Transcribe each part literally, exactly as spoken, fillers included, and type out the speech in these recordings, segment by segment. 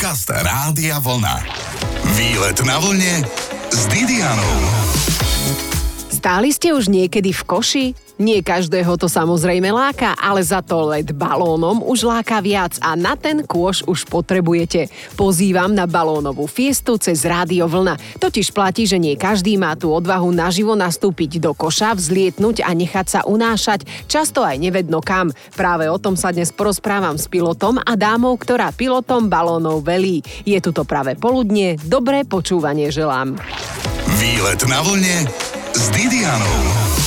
Podcast Rádia Vlna. Výlet na vlne s Didianou. Stáli ste už niekedy v koši? Nie každého to samozrejme láka, ale za to let balónom už láka viac a na ten kôš už potrebujete. Pozývam na balónovú fiestu cez Rádio Vlna. Totiž platí, že nie každý má tú odvahu naživo nastúpiť do koša, vzlietnúť a nechať sa unášať, často aj nevedno kam. Práve o tom sa dnes porozprávam s pilotom a dámou, ktorá pilotom balónov velí. Je tu to práve poludnie, dobré počúvanie želám. Výlet na vlne s Didianou.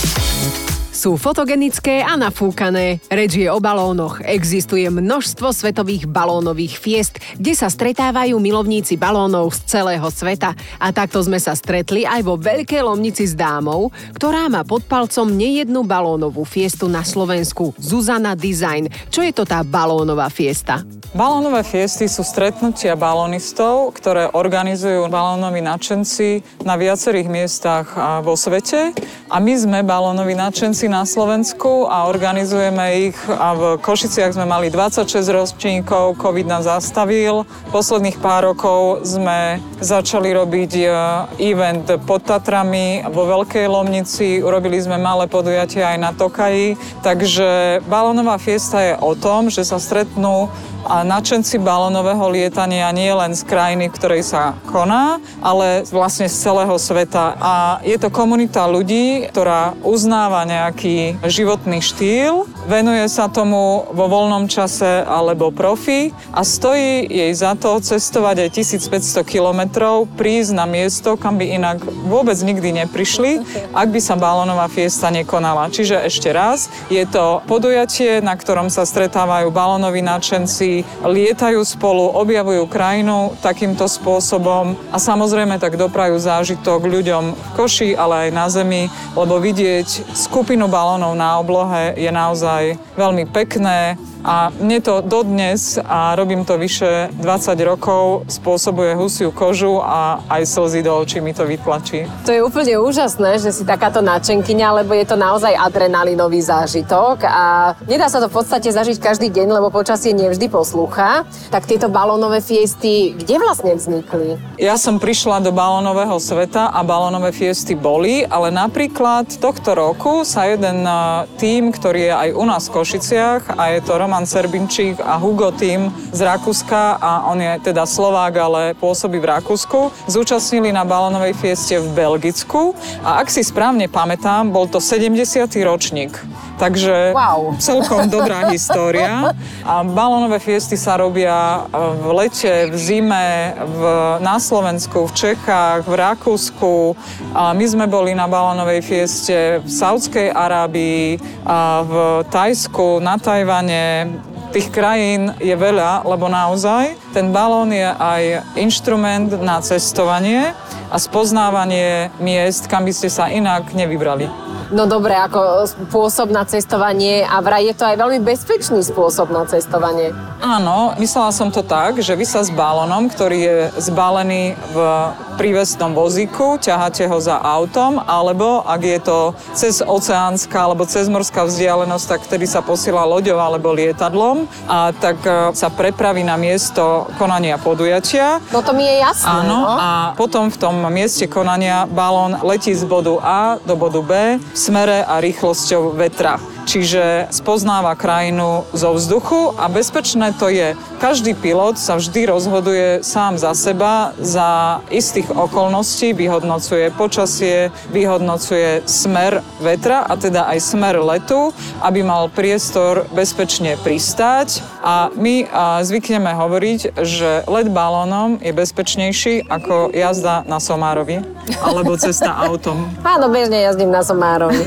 Sú fotogenické a nafúkané. Reč je o balónoch. Existuje množstvo svetových balónových fiest, kde sa stretávajú milovníci balónov z celého sveta. A takto sme sa stretli aj vo Veľkej Lomnici s dámou, ktorá má pod palcom nejednú balónovú fiestu na Slovensku. Zuzana Design. Čo je to tá balónová fiesta? Balónové fiesty sú stretnutia balónistov, ktoré organizujú balónoví nadšenci na viacerých miestach vo svete. A my sme balónoví nadšenci na Slovensku a organizujeme ich. A v Košiciach sme mali dvadsaťšesť ročníkov, COVID nás zastavil. Posledných pár rokov sme začali robiť event pod Tatrami vo Veľkej Lomnici. Urobili sme malé podujatie aj na Tokaji. Takže balónová fiesta je o tom, že sa stretnú a nadšenci balónového lietania nie len z krajiny, v ktorej sa koná, ale vlastne z celého sveta. A je to komunita ľudí, ktorá uznáva nejaký životný štýl, venuje sa tomu vo voľnom čase alebo profi a stojí jej za to cestovať aj tisícpäťsto kilometrov, prísť na miesto, kam by inak vôbec nikdy neprišli, ak by sa balónová fiesta nekonala. Čiže ešte raz, je to podujatie, na ktorom sa stretávajú balónoví nadšenci, lietajú spolu, objavujú krajinu takýmto spôsobom a samozrejme tak doprajú zážitok ľuďom v koši, ale aj na zemi, lebo vidieť skupinu balónov na oblohe je naozaj veľmi pekné. A mne to dodnes, a robím to vyše dvadsať rokov, spôsobuje husiu kožu a aj slzy do očí mi to vytlačí. To je úplne úžasné, že si takáto nadšenkyňa, lebo je to naozaj adrenalinový zážitok a nedá sa to v podstate zažiť každý deň, lebo počasie nevždy poslúcha. Tak tieto balónové fiesty, kde vlastne vznikli? Ja som prišla do balónového sveta a balónové fiesty boli, ale napríklad tohto roku sa jeden tím, ktorý je aj u nás v Košiciach a je to Roman Serbinčík a Hugo Tým z Rakúska a on je teda Slovák, ale pôsobí v Rakúsku, zúčastnili na balónovej fieste v Belgicku a ak si správne pamätám, bol to sedemdesiaty ročník. Takže wow. Celkom dobrá história. A balónové fiesty sa robia v lete, v zime, v, na Slovensku, v Čechách, v Rakúsku. A my sme boli na balónovej fieste v Saudskej Arábii, a v Thajsku, na Tajvane. Tých krajín je veľa, lebo naozaj ten balón je aj inštrument na cestovanie a spoznávanie miest, kam by ste sa inak nevybrali. No dobre, ako spôsob na cestovanie a vraj je to aj veľmi bezpečný spôsob na cestovanie. Áno, myslela som to tak, že vy sa s balónom, ktorý je zbalený v prívesnom vozíku, ťaháte ho za autom, alebo ak je to cez oceánska alebo cez morská vzdialenosť, tak vtedy sa posiela loďou alebo lietadlom a tak sa prepraví na miesto konania podujatia. No to mi je jasné. Áno, no? A potom v tom mieste konania balón letí z bodu A do bodu B v smere a rýchlosťou vetra. Čiže spoznáva krajinu zo vzduchu a bezpečné to je. Každý pilot sa vždy rozhoduje sám za seba, za istých okolností, vyhodnocuje počasie, vyhodnocuje smer vetra a teda aj smer letu, aby mal priestor bezpečne pristáť. A my zvykneme hovoriť, že let balónom je bezpečnejší ako jazda na somárovi alebo cesta autom. Áno, bežne jazdím na somárovi.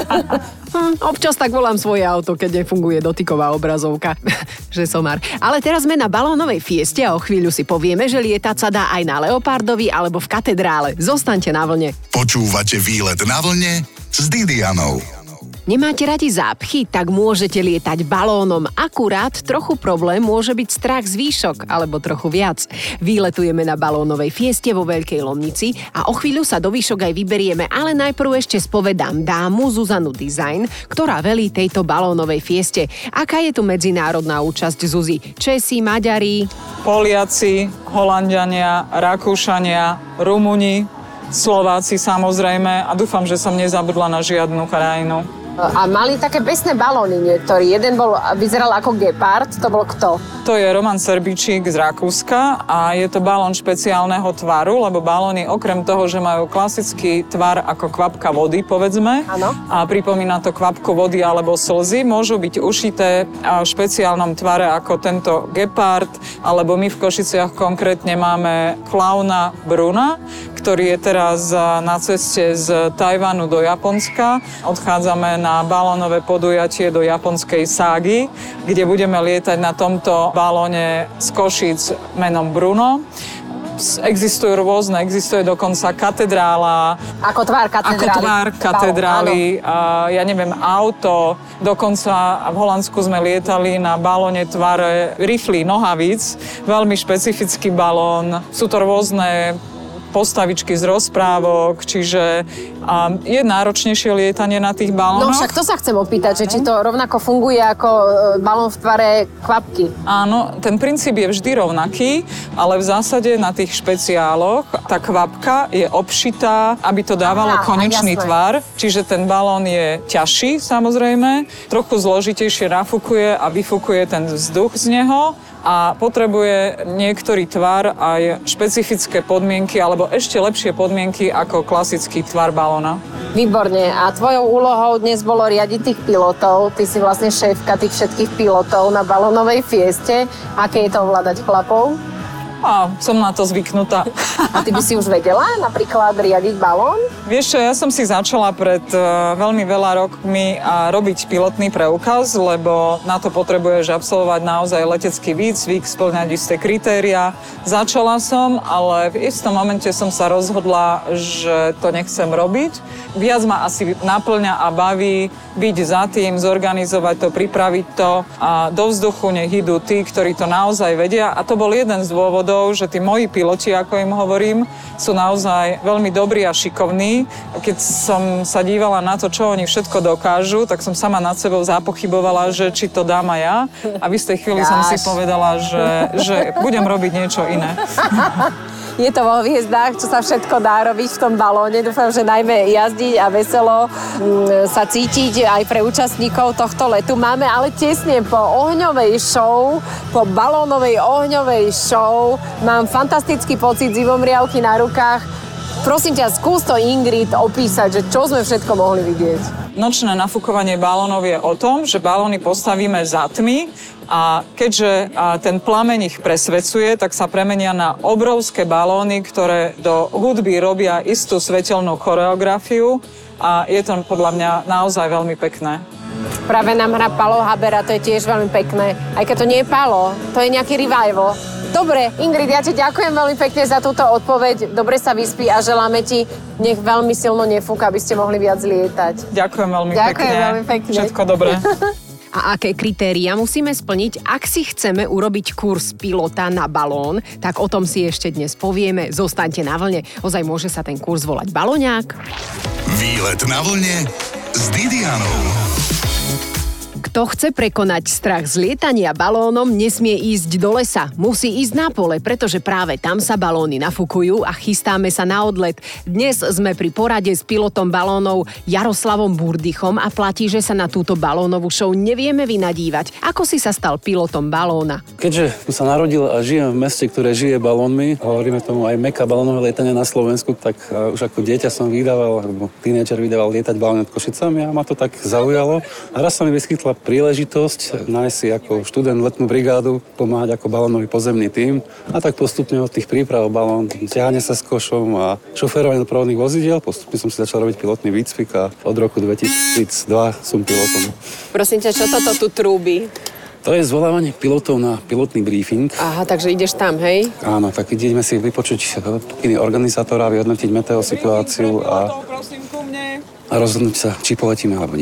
Hm, občas tak volám svoje auto, keď nefunguje dotyková obrazovka, že somár. Ale teraz sme na balónovej fieste a o chvíľu si povieme, že lietať sa dá aj na Leopardovi alebo v katedrále. Zostaňte na vlne. Počúvate Výlet na vlne s Didianou. Nemáte radi zápchy? Tak môžete lietať balónom. Akurát trochu problém môže byť strach z výšok, alebo trochu viac. Výletujeme na balónovej fieste vo Veľkej Lomnici a o chvíľu sa do výšok aj vyberieme, ale najprv ešte spovedám dámu Zuzanu Design, ktorá velí tejto balónovej fieste. Aká je tu medzinárodná účasť, Zuzi? Česi, Maďari? Poliaci, Holanďania, Rakúšania, Rumúni, Slováci samozrejme a dúfam, že som nezabudla na žiadnu krajinu. A mali také pestné balóny niektorí. Jeden bol, vyzeral ako gepard, to bol kto? To je Roman Srbíčik z Rakúska a je to balón špeciálneho tvaru, lebo balóny okrem toho, že majú klasický tvar ako kvapka vody, povedzme, ano. A pripomína to kvapku vody alebo slzy, môžu byť ušité v špeciálnom tvare ako tento gepard, alebo my v Košiciach konkrétne máme klauna Bruna, ktorý je teraz na ceste z Tajvanu do Japonska. Odchádzame na balónové podujatie do japonskej Ságy, kde budeme lietať na tomto balóne z Košíc menom Bruno. Existujú rôzne, existuje dokonca katedrála. Ako tvár katedrály. Ako tvár katedrály, a, ja neviem, auto. Dokonca v Holandsku sme lietali na balóne tvare riflí, nohavíc. Veľmi špecifický balón. Sú to rôzne postavičky z rozprávok, čiže um, je náročnejšie lietanie na tých balónoch. No však to sa chcem opýtať, že či to rovnako funguje ako balón v tvare kvapky. Áno, ten princíp je vždy rovnaký, ale v zásade na tých špeciáloch tá kvapka je obšitá, aby to dávalo Aha, konečný jasné. tvar, čiže ten balón je ťažší samozrejme, trochu zložitejšie nafúkuje a vyfúkuje ten vzduch z neho. A potrebuje niektorý tvar aj špecifické podmienky, alebo ešte lepšie podmienky ako klasický tvar balóna. Výborne. A tvojou úlohou dnes bolo riadiť tých pilotov. Ty si vlastne šéfka tých všetkých pilotov na balónovej fieste. Aké je to ovládať chlapov? A som na to zvyknutá. A ty by si už vedela napríklad riadiť balón? Vieš čo, ja som si začala pred uh, veľmi veľa rokmi uh, robiť pilotný preukaz, lebo na to potrebuješ absolvovať naozaj letecký výcvik, spĺňať isté kritériá. Začala som, ale v istom momente som sa rozhodla, že to nechcem robiť. Viac ma asi naplňa a baví byť za tým, zorganizovať to, pripraviť to a do vzduchu nech idú tí, ktorí to naozaj vedia. A to bol jeden z dôvodov, že tí moji piloti, ako im hovorím, sú naozaj veľmi dobrí a šikovní. Keď som sa dívala na to, čo oni všetko dokážu, tak som sama nad sebou zapochybovala, že či to dám aj ja. A v istej chvíli som si povedala, že, že budem robiť niečo iné. Je to vo hviezdách, čo sa všetko dá robiť v tom balóne. Dúfam, že najmä jazdiť a veselo m, sa cítiť aj pre účastníkov tohto letu. Máme ale tesne po ohňovej show, po balónovej ohňovej show. Mám fantastický pocit, zimomriavky na rukách. Prosím ťa, skús to, Ingrid, opísať, že čo sme všetko mohli vidieť. Nočné nafúkovanie balónov je o tom, že balóny postavíme za tmy a keďže ten plameň ich presvecuje, tak sa premenia na obrovské balóny, ktoré do hudby robia istú svetelnú choreografiu a je to podľa mňa naozaj veľmi pekné. Práve nám hrá Palo Habera, to je tiež veľmi pekné. Aj keď to nie je Palo, to je nejaký revival. Dobre, Ingrid, ja ti ďakujem veľmi pekne za túto odpoveď. Dobre sa vyspí a želáme ti, nech veľmi silno nefúka, aby ste mohli viac lietať. Ďakujem veľmi ďakujem pekne. veľmi pekne. Všetko dobré. A aké kritériá musíme splniť, ak si chceme urobiť kurz pilota na balón, tak o tom si ešte dnes povieme. Zostaňte na vlne. Ozaj môže sa ten kurz volať balóňák? Výlet na vlne s Didianou. Kto chce prekonať strach z lietania balónom, nesmie ísť do lesa. Musí ísť na pole, pretože práve tam sa balóny nafúkujú a chystáme sa na odlet. Dnes sme pri porade s pilotom balónov Jaroslavom Burdychom a platí, že sa na túto balónovú show nevieme vynadívať. Ako si sa stal pilotom balóna? Keďže som sa narodil a žijem v meste, ktoré žije balónmi, hovoríme tomu aj meka balónové lietanie na Slovensku, tak už ako dieťa som vydával, alebo tínedžer vydával lietať balón nad Košicami a ma to tak zaujalo. A raz sa mi vyskytla príležitosť nájsť si ako študent letnú brigádu, pomáhať ako balónový pozemný tím a tak postupne od tých príprav balón, ťahanie sa s košom a šoférovanie doprovodných vozidiel, postupne som si začal robiť pilotný výcvik a od roku dvetisícdva som pilotom. Prosím ťa, čo toto tu trúbi? To je zvolávanie pilotov na pilotný briefing. Aha, takže ideš tam, hej? Áno, tak ideme si vypočuť pokyny organizátora, vyhodnotiť meteosituáciu a, a rozhodnúť sa, či poletíme alebo nie.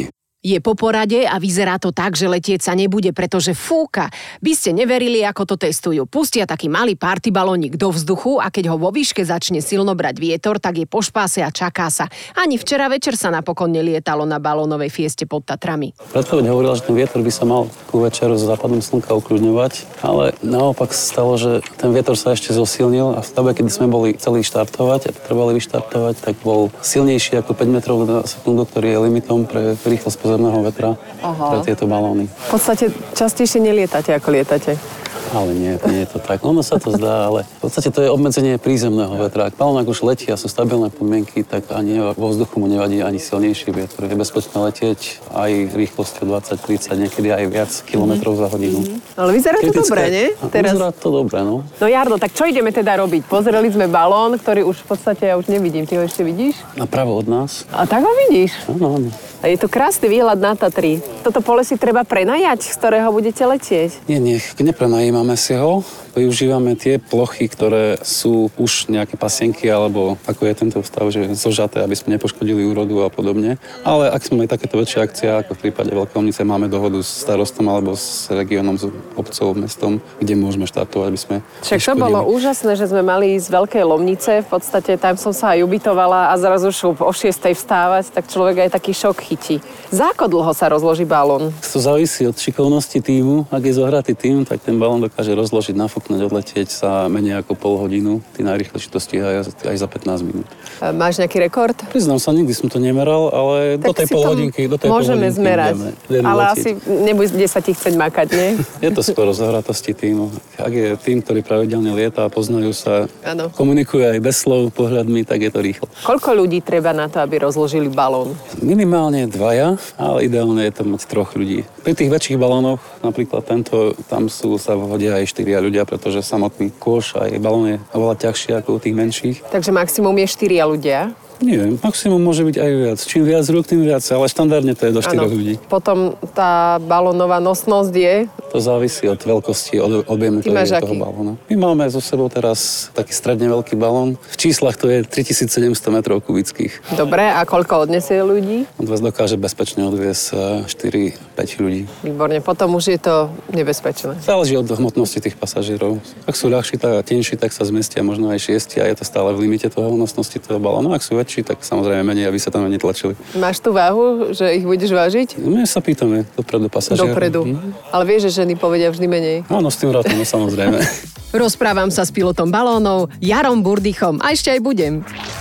Je po porade a vyzerá to tak, že letieť sa nebude, pretože fúka. By ste neverili, ako to testujú. Pustia taký malý party balónik do vzduchu a keď ho vo výške začne silno brať vietor, tak je po špáse a čaká sa. Ani včera večer sa napokon nelietalo na balónovej fieste pod Tatrami. Predpoveď hovorila, že ten vietor by sa mal ku večeru s západom slnka ukľudňovať, ale naopak sa stalo, že ten vietor sa ešte zosilnil a v dobe, keď sme boli chceli štartovať a potrebovali vyštartovať, tak bol silnejší ako päť metrov na sekundu, ktorý je limitom pre rýchlosť pozemného vetra. Aha. Pre tieto balóny. V podstate častejšie nelietate, ako lietate. Ale nie, nie je to tak. Ono sa to zdá, ale v podstate to je obmedzenie prízemného vetra. Ak balónak už letí a sú stabilné podmienky, tak ani vo vzduchu mu nevadí ani silnejší vietor. Je bezpečné letieť aj rýchlosťou dvadsať tridsať, niekedy aj viac kilometrov za hodinu. Mm-hmm. Ale vyzerá to dobre, nie? Teraz... Vyzerá to dobre, no. No Jardo, tak čo ideme teda robiť? Pozreli sme balón, ktorý už v podstate ja už nevidím. Ty ho ešte vidíš? Napravo od nás. A tak ho vidíš? Áno, áno. A je to krásny výhľad na Tatry. Toto pole si treba prenajať, z ktorého budete letieť? Nie, nie, neprenajímame si ho. Využívame tie plochy, ktoré sú už nejaké pasienky, alebo ako je tento stav, že zožaté, aby sme nepoškodili úrodu a podobne. Ale ak sme mali takéto väčšie akcie, ako v prípade Veľkej Lomnice, máme dohodu s starostom alebo s regiónom, s obcov, mestom, kde môžeme štartovať, aby sme Však to bolo úžasné, že sme mali z Veľkej Lomnice, v podstate tam som sa aj ubytovala a zrazu šup o šiestej vstávať, tak človek aj taký šok chytí. Za ako dlho sa rozloží balón? To závisí od šikovnosti tímu. Ak je zohratý tím, tak ten balón dokáže rozložiť, nafúknuť, odletieť sa menej ako pol hodinu. Tí najrýchlejší to stíhajú aj za pätnásť minút. A máš nejaký rekord? Priznám sa, nikdy som to nemeral, ale tak do tej polhodinky, do tej môžeme polhodinky zmerať. Ideme, ideme ale letieť. asi nebude sa ti chceť makať, nie? Je to skoro zohratosti tímu. Ak je tím, ktorý pravidelne lieta a poznajú sa, ano. Komunikuje aj bez slov, pohľadmi, tak je to rýchlo. Koľko ľudí treba na to, aby rozložili balón? Minimálne dvaja, ale ideálne je to mať troch ľudí. Pri tých väčších balónoch, napríklad tento, tam sú sa v vode aj štyria ľudia, pretože samotný kôš aj balón je oveľa ťažší ako u tých menších. Takže maximum je štyria ľudia? Nie, maximum môže byť aj viac. Čím viac rúk, tým viac, ale štandardne to je do štyroch ľudí. Potom tá balónová nosnosť je? To závisí od veľkosti, od objemu toho balóna. My máme so sebou teraz taký stredne veľký balón. V číslach to je tritisícsedemsto metrov kubických. Dobre, a koľko odnesie ľudí? Odviesť dokáže bezpečne odviesť štyri päť ľudí. Výborne, potom už je to nebezpečné. Záleží od hmotnosti tých pasažierov. Ak sú ľahší, tak tenší, tak sa zmestia možno aj šiesti a je to stále v limite toho hmotnosti toho balónu. Ak sú väčší, tak samozrejme menej, aby sa tam netlačili. Máš tú váhu, že ich budeš vážiť? My sa pýtame dopredu pasažierov. Dopredu. Hm. Ale vieš, že ženy povedia vždy menej. Áno, s tým rátom, samozrejme. Rozprávam sa s pilotom balónov Jarom Burdychom a ešte aj budem.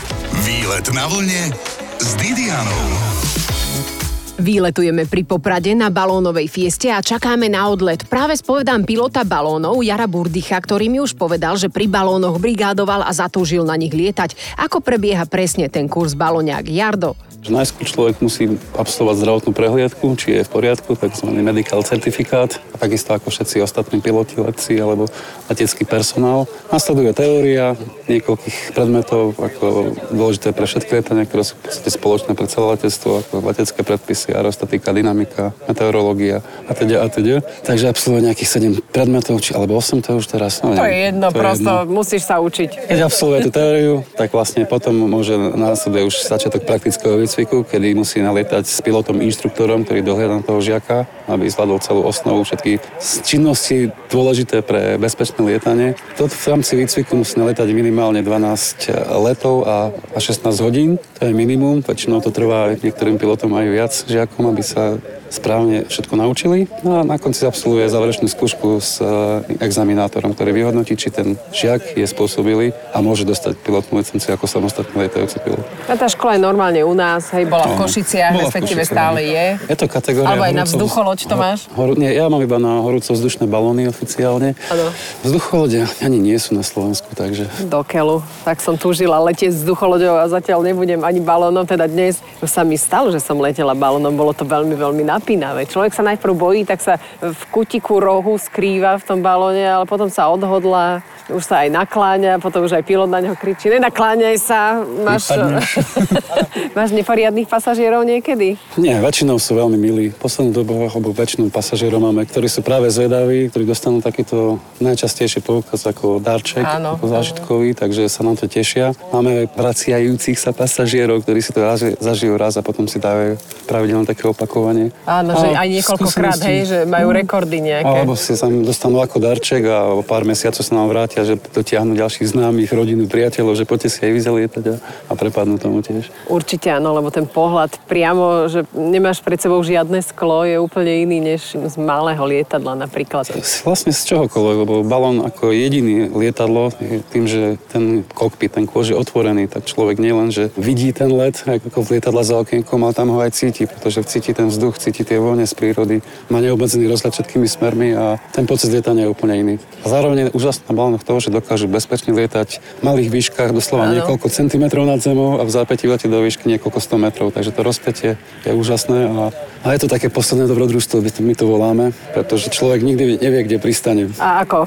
Výlet na vlne s Didianou. Výletujeme pri Poprade na balónovej fieste a čakáme na odlet. Práve spovedám pilota balónov Jara Burdycha, ktorý mi už povedal, že pri balónoch brigádoval a zatúžil na nich lietať. Ako prebieha presne ten kurz balóňák? Jardo? Najskôr človek musí absolvovať zdravotnú prehliadku, či je v poriadku, takzvaný medical certifikát, a takisto ako všetci ostatní piloti, letci alebo letecký personál. Nasleduje teória niekoľkých predmetov, ako dôležité pre všetky lietania, ktoré sú v podstate spoločné pre celé letectvo, ako letecké predpisy, aerostatika, dynamika, meteorológia a teda a teda. Takže absolvuje nejakých sedem predmetov, či alebo osem, to už teraz. No, to je jedno, to prosto je jedno. Musíš sa učiť. Keď absolvuje tú teóriu, tak vlastne potom môže následuje už začiatok praktického výcviku, kedy musí nalietať s pilotom, inštruktorom, ktorý dohľadá na toho žiaka, aby zvládol celú osnovu, všetky činnosti dôležité pre bezpečné lietanie. Toto v rámci výcviku musí nalietať minimálne dvanásť letov a, a šestnásť hodín. To je minimum, väčšinou to trvá niektorým pilotom aj viac žiakom, aby sa správne všetko naučili. No a na konci absolvuje záverečnú skúšku s examinátorom, ktorý vyhodnotí, či ten žiak je spôsobilý a môže dostať pilotnú licenciu ako samostatný lietajúci pilot. A tá škola je normálne u nás, hej, bola v Košiciach, no, respektíve stále je. Je to kategória. Alebo aj na vzducholoď to máš? Hor, nie, ja mám iba na horúco-vzdušné balóny oficiálne. Áno. Vzducholode ani nie sú na Slovensku, takže... Do keľu. Tak som túžila letieť vzducholoďou a zatiaľ nebudem ani balónom, teda dnes už sa mi stalo, že som letela balónom, bolo to veľmi, veľmi napínavé. Človek sa najprv bojí, tak sa v kutiku rohu skrýva v tom balóne, ale potom sa odhodlá, už sa aj nakláňa, potom už aj pilot na neho kričí, nenakláňaj sa, máš, máš neporiadnych pasažierov niekedy? Nie, väčšinou sú veľmi milí. V poslednú dobu alebo väčšinu pasažierov máme, ktorí sú práve zvedaví, ktorí dostanú takýto najčastejšie poukaz ako darček, áno, ako zážitkový, takže sa nám to tešia. Máme vraciajúcich sa pasažierov, ktorí si to zažijú raz a potom si dávajú pravidelné také opakovanie. Áno, že aj niekoľkokrát, hej, že majú rekordy nejaké. Alebo si sa dostanú ako darček a o pár mesiacov sa nám vrátia, že dotiahnu ďalších známych, rodinu, priateľov, že poďte si aj vyzalietať a, a prepadnú tomu tiež. Určite áno, lebo ten pohľad priamo, že nemáš pred sebou žiadne sklo, je úplne iný než z malého lietadla napríklad. Vlastne z čohokoľvek, lebo balón ako jediný lietadlo je tým, že ten kokpit, ten kôž je otvorený, tak človek nielen, že vidí ten let, ako v lietadle za okienkom, ale tam ho aj cíti, pretože cíti ten vzduch, cíti tie vône z prírody, má neobmedzený rozhľad všetkými smermi a ten pocit lietania je úplne iný. A zároveň je úžasná balónach toho, že dokážu bezpečne lietať v malých výškach, doslova ano. Niekoľko centimetrov nad zemou a v zápätí letí do výšky niekoľko sto metrov, takže to rozpätie je úžasné a, a je to také posledné dobrodružstvo, my to voláme, pretože človek nikdy nevie, kde pristane. A ako?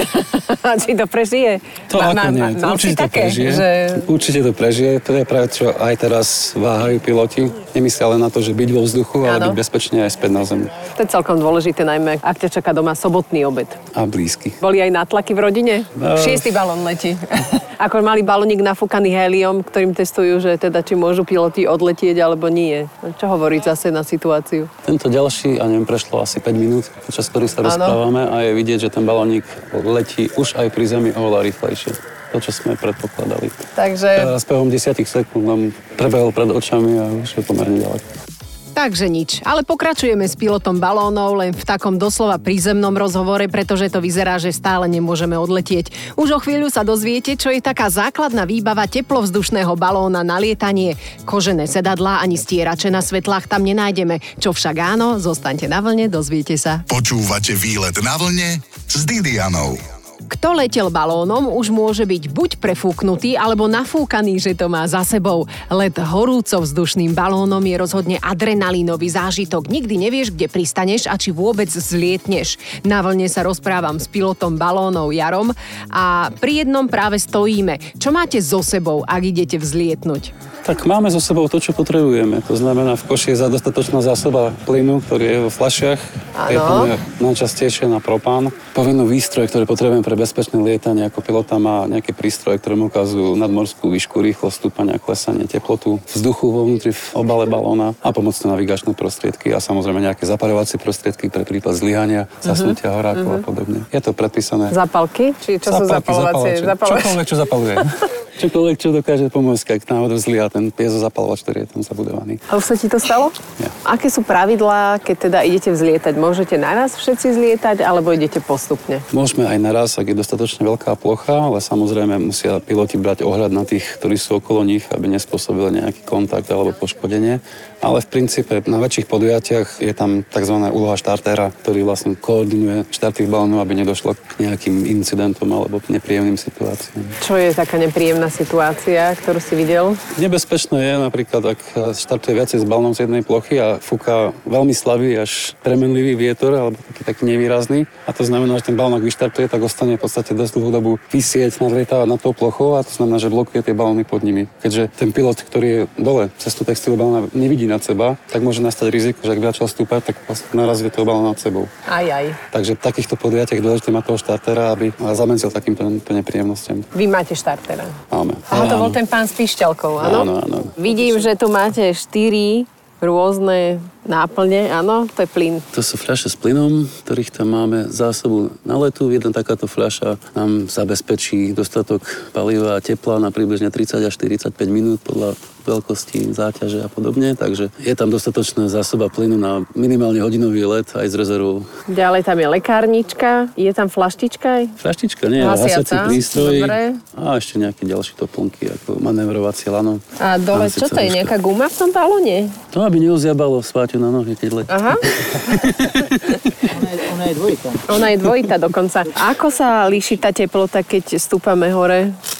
Či to prežije? To má, ako má, nie, má, určite to také, prežije. Že... Určite to prežije, to je práve čo aj teraz váhajú piloti. Nemyslia len na to, že byť vo vzduchu, ale ano. Byť bezpečne aj späť na zemi. To je celkom dôležité, najmä ak ťa čaká doma sobotný obed. A blízky. Boli aj nátlaky v rodine? No. Šiestý balón letí. Ako malý balónik nafúkaný héliom, ktorým testujú, že teda či môžu piloti odletieť alebo nie. Čo hovoriť zase na situáciu? Tento ďalší, a neviem, prešlo asi päť minút, počas ktorých sa rozprávame a je vidieť, že ten balónik letí už aj pri zemi oveľa rýchlejšie. To, čo sme predpokladali. Takže... Teraz behom desiatich sekúnd nám prebehol pred očami a už je pomerne ďaleko. Takže nič, ale pokračujeme s pilotom balónov len v takom doslova prízemnom rozhovore, pretože to vyzerá, že stále nemôžeme odletieť. Už o chvíľu sa dozviete, čo je taká základná výbava teplovzdušného balóna na lietanie. Kožené sedadlá ani stierače na svetlách tam nenájdeme. Čo však áno, zostaňte na vlne, dozviete sa. Počúvate Výlet na vlne s Didianou. Kto letel balónom, už môže byť buď prefúknutý, alebo nafúkaný, že to má za sebou. Let horúco vzdušným balónom je rozhodne adrenalínový zážitok. Nikdy nevieš, kde pristaneš a či vôbec zlietneš. Na vlne sa rozprávam s pilotom balónov Jarom a pri jednom práve stojíme. Čo máte so sebou, ak idete vzlietnúť? Tak máme so sebou to, čo potrebujeme. To znamená, v koši je za dostatočná zásoba plynu, ktorý je vo fľašiach. Je to najčastejšie na propán. Povinnú výstroj, ktoré potrebujeme pre bezpečné lietanie, ako pilota má nejaké prístroje, ktoré mu ukazujú nadmorskú výšku, rýchlosť stúpania, klesanie, teplotu vzduchu vo vnútri v obale balóna a pomocné navigačné prostriedky a samozrejme nejaké zapaľovacie prostriedky pre prípad zlyhania, zasnutia horákov uh-huh. a podobne. Je to predpísané. Zapalky? Či čo sú zapaľovacie? Čokoľvek, čo zapaluje. Čokoľvek, čo dokáže pomôcť, ak náhodou zlyhá ten piezozapalovač, ktorý je tam zabudovaný. A už sa ti to stalo? Nie. Aké sú pravidlá, keď teda idete vzlietať? Môžete naraz všetci zlietať, alebo idete postupne? Môžeme aj naraz, ak je dostatočne veľká plocha, ale samozrejme musia piloti brať ohľad na tých, ktorí sú okolo nich, aby nespôsobili nejaký kontakt alebo poškodenie. Ale v princípe na väčších podujatiach je tam tzv. Úloha štartéra, ktorý vlastne koordinuje štart tých balónov, aby nedošlo k nejakým incidentom alebo k nepríjemným situáciám. Čo je taká nepríjemná situácia, ktorú si videl? Nebezpečné je napríklad, ak štartuje viacej z balónov z jednej plochy a fúka veľmi slabý až premenlivý vietor alebo taký, taký nevýrazný. A to znamená, že ten balón, ak vyštartuje, tak ostane v podstate dosť dlhú dobu vysieť, nadlietávať nad tou plochou a to znamená, že blokuje tie balóny pod nimi. Keďže ten pilot, ktorý je dole cez tú textilu balóna, nevidí nad seba, tak môže nastať riziko, že ak by začal stúpať, tak narazí toho balóna nad sebou. Aj, aj. Takže v takýchto podujatiach dôležité mať toho štartéra, aby zamedzil takýmto nepríjemnostiam. Vy máte štartéra? Máme. Aha, to bol ten pán s pišťalkou, áno? Áno, áno. Vidím, že tu máte štyri rôzne náplne, áno, to je plyn. To sú fľaše s plynom, ktorých tam máme zásobu na letu. Jedna takáto fľaša nám zabezpečí dostatok paliva a tepla na približne tridsať až štyridsaťpäť minút podľa veľkosti, záťaže a podobne. Takže je tam dostatočná zásoba plynu na minimálne hodinový let aj s rezervou. Ďalej tam je lekárnička, je tam flaštička aj? Flaštička, nie, hasiaci prístroj. A ešte nejaké ďalšie doplnky, ako manévrovacie lano. A dole, čo to je, nejaká guma v tom balóne? To, aby neozjabalo Sváťu na nohy, keď letí. Aha. ona, je, ona je dvojita. Ona je dvojita dokonca. Ako sa líši tá teplota, keď stúpame hore?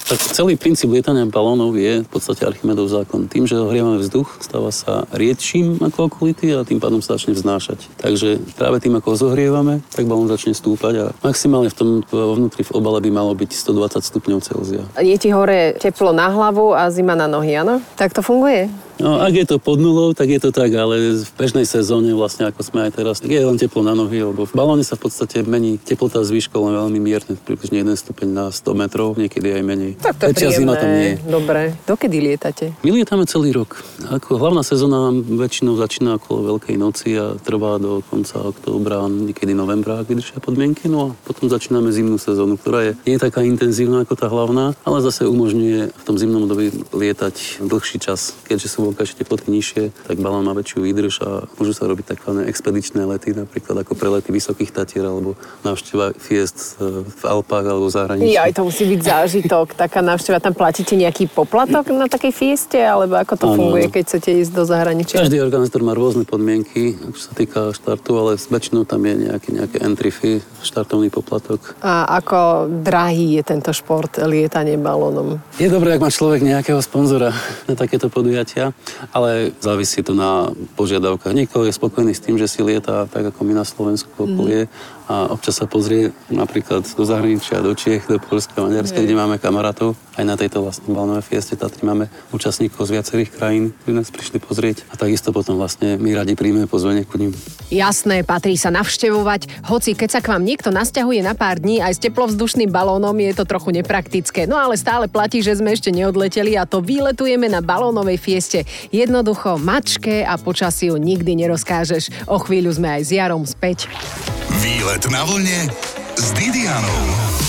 Tak celý princíp lietania balónov je v podstate Archimedov zákon. Tým, že ohrievame vzduch, stáva sa riedším ako okolitý a tým pádom sa začne vznášať. Takže práve tým, ako zohrievame, tak balón začne stúpať a maximálne v tom vnútri v obale by malo byť stodvadsať stupňov Celzia. Je ti hore teplo na hlavu a zima na nohy, áno? Tak to funguje? No, ak je to pod nulou, tak je to tak, ale v bežnej sezóne, vlastne ako sme aj teraz, tak je len teplo na nohy, lebo v balóne sa v podstate mení teplota z výškou len veľmi mierne, približne jeden stupeň na sto metrov, niekedy aj menej. Tak to je príjemné. Zima tam nie je. Dobre. Dokedy lietate? My lietame celý rok. Ako hlavná sezóna nám väčšinou začína okolo Veľkej noci a trvá do konca októbra, niekedy novembra, ak vydržia podmienky. No a potom začíname zimnú sezónu, ktorá je nie je taká intenzívna ako tá hlavná, ale zase umožňuje v tom zimnom období lietať dlhší čas, keďže sú voľkajšie teploty nižšie, tak balón má väčšiu výdrž a môžu sa robiť takové expedičné lety, napríklad ako prelety Vysokých Tatier alebo návšteva fiest v Alpách alebo v zahraničí. Ja, aj to musí byť zážitok, taká návšteva. Tam platíte nejaký poplatok na takej fieste, alebo ako to ano, funguje, keď chcete ísť do zahraničia? Každý organizátor má rôzne podmienky, čo sa týka štartu, ale väčšinou tam je nejaký, nejaké entry fee, štartovný poplatok. A ako drahý je tento šport, lietanie balónom? Je dobré, ak má človek nejakého sponzora na takéto podujatia, ale závisí to na požiadavkách. Niekto je spokojný s tým, že si lieta tak, ako my na Slovensku okolie mm. a občas sa pozrie napríklad do zahraničia, do Čiech, do Poľska, Maďarska, mm. kde máme kamarátov. Aj na tejto vlastne balónovej fieste Tatry máme účastníkov z viacerých krajín, ktorí nás prišli pozrieť a takisto potom vlastne my radi príjmeme pozvanie ku nim. Jasné, patrí sa navštevovať, hoci keď sa k vám niekto nasťahuje na pár dní aj s teplovzdušným balónom, je to trochu nepraktické. No ale stále platí, že sme ešte neodleteli a to výletujeme na balónovej fieste. Jednoducho mačke a počasiu nikdy nerozkážeš. O chvíľu sme aj s Jarom späť. Výlet na vlne s Didianou.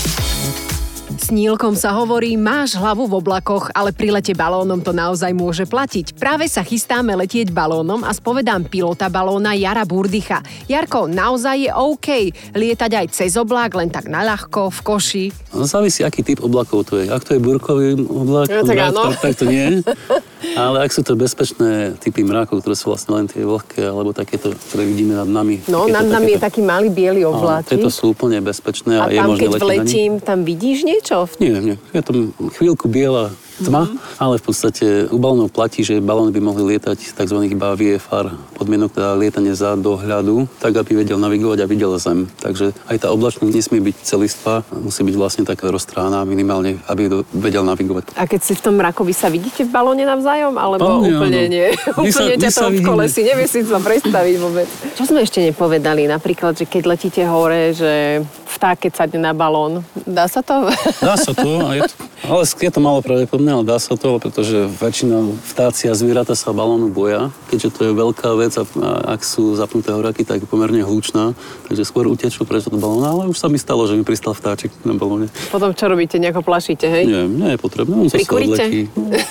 Snílkom sa hovorí, máš hlavu v oblakoch, ale pri lete balónom to naozaj môže platiť. Práve sa chystáme letieť balónom a spovedám pilota balóna Jara Burdycha. Jarko, naozaj je OK lietať aj cez oblak, len tak naľahko, v koši? Závisí, aký typ oblakov to je. Ak to je búrkový oblak, ja, tak, tak, tak to nie. Ale ak sú to bezpečné typy mrakov, ktoré sú vlastne len tie vlhké, alebo takéto, ktoré vidíme nad nami. No, nad nami je taký malý biely obláčik. Tieto sú úplne bezpečné a, a je tam, možné letieť na nich. A tam, keď vletím, tam vidíš niečo? Nie, nie. Je tam chvíľku biela tma, mm-hmm. ale v podstate u balónov platí, že balóny by mohli lietať tzv. Iba vé ef er podmienok, teda lietanie za dohľadu, tak aby vedel navigovať a videl zem. Takže aj tá oblačnosť nesmie byť celistvá, musí byť vlastne taká roztrána minimálne, aby vedel navigovať. A keď si v tom mrakovi sa vidíte v balóne navzájom, alebo balóne, úplne áno. nie? Úplne ťa to v kolesi, nevieš si to predstaviť vôbec. Čo sme ešte nepovedali? Napríklad, že keď letíte hore, že vták, keď sadne na balón, dá sa to? Dá sa to, a je to ale je to málo pravdepodobné, ale dá sa to, pretože väčšina vtáci a zvieratá sa balónu boja, keďže to je veľká vec a ak sú zapnuté horáky, tak je pomerne hlučná, takže skôr utečú preč od balóna, ale už sa mi stalo, že mi pristal vtáčik na balóne. Potom čo robíte? Nejako plašíte, hej? Nie, nie je potrebné, on zase odletí.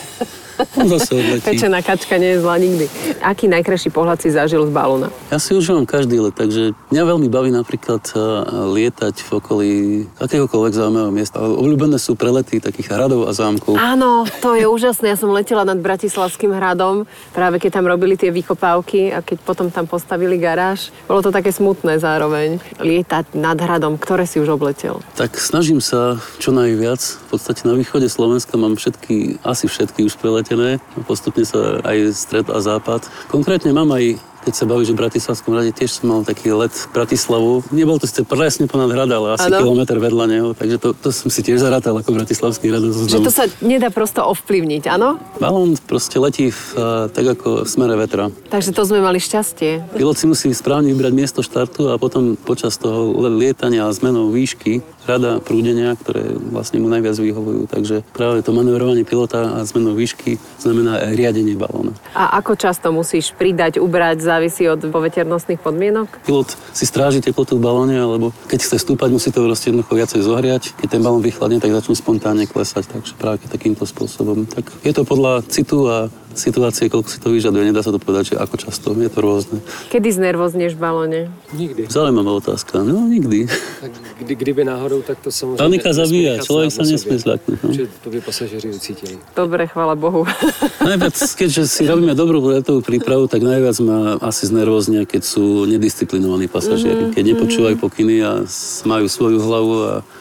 On zase odletí. Pečená kačka nie je zlá nikdy. Aký najkrajší pohľad si zažil z balóna? Ja si užívam každý let, takže mňa veľmi baví napríklad lietať v okolí akéhokoľvek zaujímavého miesta. Obľúbené sú prelety takých hradov a zámkov. Áno, to je úžasné. Ja som letela nad Bratislavským hradom, práve keď tam robili tie vykopávky a keď potom tam postavili garáž. Bolo to také smutné zároveň. Lietať nad hradom, ktoré si už obletel? Tak snažím sa čo najviac. V podstate na východe Slovenska mám všetky, asi všetky už preletené. Postupne sa aj stred a západ. Konkrétne mám aj, keď sa bavíš o Bratislavskom hrade, tiež som mal taký let Bratislavu. Nebol to sice presne ponad hrad, ale asi ano. Kilometr vedľa neho, takže to, to som si tiež zarátal ako Bratislavský hrad. Že to sa nedá prosto ovplyvniť, áno? Balón proste letí v, tak ako v smere vetra. Takže to sme mali šťastie. Pilot si musí správne vybrať miesto štartu a potom počas toho lietania a zmenou výšky rada prúdenia, ktoré vlastne mu najviac vyhovujú. Takže práve to manevrovanie pilota a zmenou výšky znamená aj riadenie balóna. A ako často musíš pridať, ubrať, závisí od poveternostných podmienok? Pilot si stráži teplotu v balóne, alebo keď chce stúpať, musí to proste jednoducho viacej zohriať. Keď ten balón vychladne, tak začne spontánne klesať. Takže práve takýmto spôsobom. Tak je to podľa citu a situácie, koľko si to vyžaduje. Nedá sa to povedať, že ako často. Je to rôzne. Kedy znervoznieš v balóne? Nikdy. Zaujímavá otázka. No, nikdy. Tak kdy, kdyby náhodou, tak to samozřejmě... Panika zabíja, človek sa nesmie zľaknúť. No? Že to by pasažéri ucítili. Dobre, chvála Bohu. Najviac, keďže si robíme dobrú letovú prípravu, tak najviac ma asi znervoznia, keď sú nedisciplinovaní pasažieri. Keď nepočúvajú pokyny a majú svoju hlavu a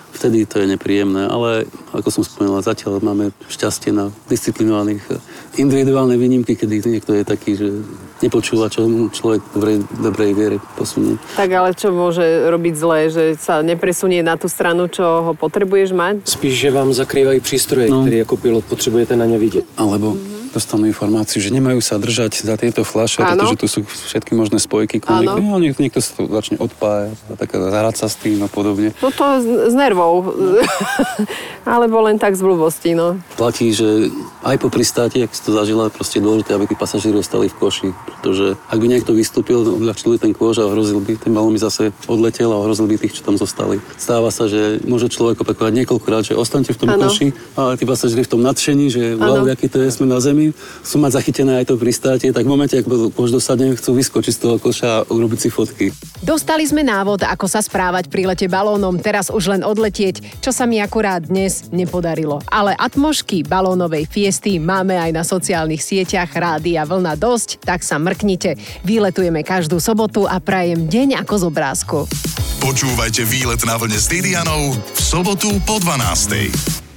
vtedy to je nepríjemné, ale ako som spomínal, zatiaľ máme šťastie na disciplinovaných individuálne výnimky, kedy niekto je taký, že nepočúva, čo človek v dobrej, dobrej viere posunie. Tak ale čo môže robiť zlé, že sa nepresunie na tú stranu, čo ho potrebuješ mať? Spíš, že vám zakrývají přístroje, no. Ktoré ako pilot potrebujete na ne vidieť. Alebo mm-hmm. dostanú informáciu, že nemajú sa držať za tieto fľaše, pretože tu sú všetky možné spojky komunikujú. No, niekto, niekto sa to začne odpájať, zahrať sa s tým a podobne. No to z, z nervov. Alebo len tak z blbosti, no. Platí, že aj po pristáti, ak si to zažila, proste je dôležité, aby tí pasažieri ostali v koši. Pretože ak by niekto vystúpil, odľahčil by ten kôž a ohrozil by, ten balón by zase odletel a ohrozil by tých, čo tam zostali. Stáva sa, že môže človek opakovať niekoľkokrát, že ostaňte v tom ano. koši, ale tí pasažieri v tom nadšení, že wow, aký to je, sme na zemi, sú mať zachytené aj to pristátie, tak v momente, ak kôž dosadne, chcú vyskočiť z toho koša a urobiť si fotky. Dostali sme návod, ako sa správať pri lete balónom, teraz už len odletieť, čo sa mi akurát dnes nepodarilo. Ale atmošky balónovej fiesty máme aj na sociálnych sieťach Rádia Vlna dosť, tak sa mrknite. Výletujeme každú sobotu a prajem deň ako z obrázku. Počúvajte Výlet na vlne s Didianou v sobotu po dvanástej.